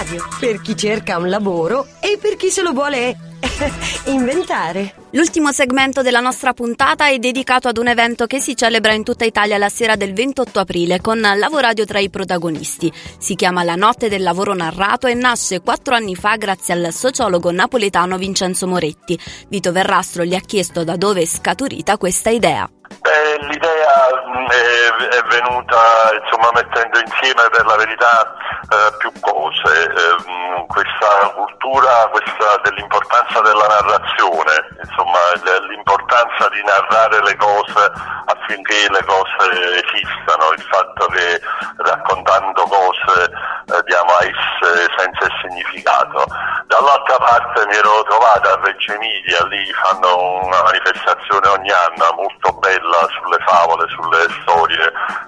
radio, per chi cerca un lavoro e per chi se lo vuole inventare. L'ultimo segmento della nostra puntata è dedicato ad un evento che si celebra in tutta Italia la sera del 28 aprile con Lavoradio tra i protagonisti. Si chiama La Notte del Lavoro Narrato e nasce 4 anni fa grazie al sociologo napoletano Vincenzo Moretti. Vito Verrastro gli ha chiesto da dove è scaturita questa idea. L'idea è venuta mettendo insieme per la verità più cose, questa cultura dell'importanza della narrazione, l'importanza di narrare le cose affinché le cose esistano, il fatto che raccontando cose diamo a esse senso e significato. Dall'altra parte mi ero trovato a Reggio Emilia, lì fanno una manifestazione ogni anno molto bella sulle favole, sulle storie,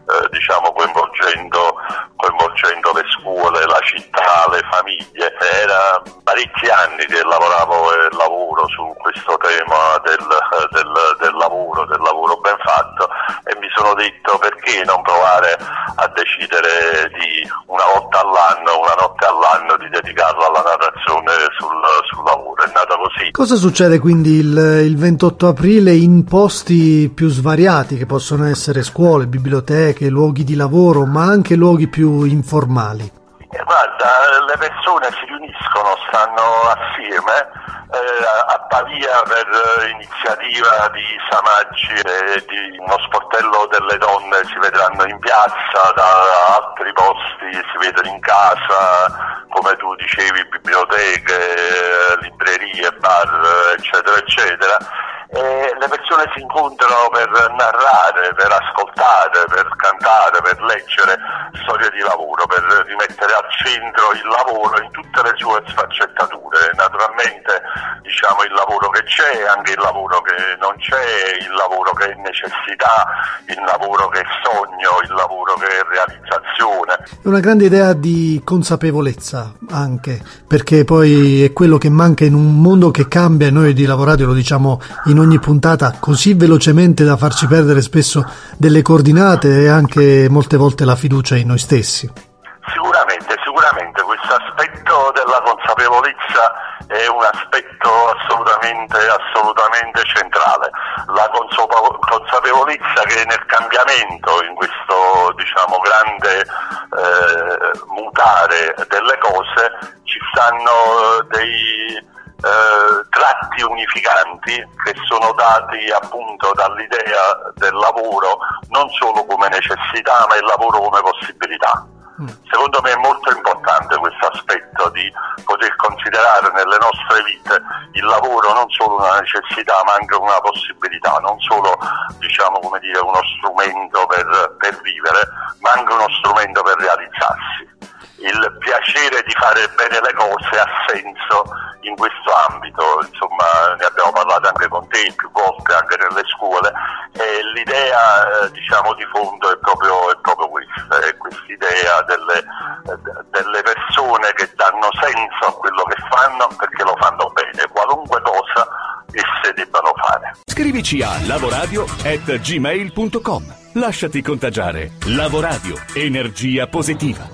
coinvolgendo le scuole, la città, le famiglie. Era parecchi anni che lavoravo e lavoro su questo tema del lavoro ben fatto, e mi sono detto perché non provare a decidere di una notte all'anno di dedicarla alla narrazione sul lavoro. È nata così. Cosa succede quindi il 28 aprile in posti più svariati, che possono essere scuole, biblioteche, luoghi di lavoro, ma anche luoghi più informali? Guarda, le persone si riuniscono, stanno assieme. A Pavia per iniziativa di Samaggi e di uno sportello delle donne si vedranno in piazza, da altri posti si vedono in casa, come tu dicevi, biblioteche, librerie, bar, eccetera eccetera. E le persone si incontrano per narrare, per ascoltare, per cantare, per leggere storie di lavoro, per rimettere al centro il lavoro in tutte le sue sfaccettature. Naturalmente il lavoro che c'è, anche il lavoro che non c'è, il lavoro che è necessità, il lavoro che è sogno, il lavoro che è realizzazione. È una grande idea di consapevolezza anche, perché poi è quello che manca in un mondo che cambia, e noi di Lavoradio lo diciamo in ogni puntata così velocemente da farci perdere spesso delle coordinate e anche molte volte la fiducia in noi stessi. Sicuramente questo aspetto della consapevolezza è un aspetto assolutamente centrale. La consapevolezza che nel cambiamento, in questo grande mutare delle cose, ci stanno dei tratti unificanti che sono dati appunto dall'idea del lavoro non solo come necessità, ma il lavoro come possibilità. Secondo me è molto importante questo aspetto di poter considerare nelle nostre vite il lavoro non solo una necessità ma anche una possibilità, non solo uno strumento per vivere, ma anche uno strumento per realizzarsi. Il piacere di fare bene le cose ha senso in questo ambito, ne abbiamo parlato anche con te più volte, anche nelle scuole, e l'idea di fondo è proprio questa, è quest'idea delle persone che danno senso a quello che fanno perché lo fanno bene, qualunque cosa esse debbano fare. Scrivici a lavoradio@gmail.com. Lasciati contagiare. Lavoradio, energia positiva.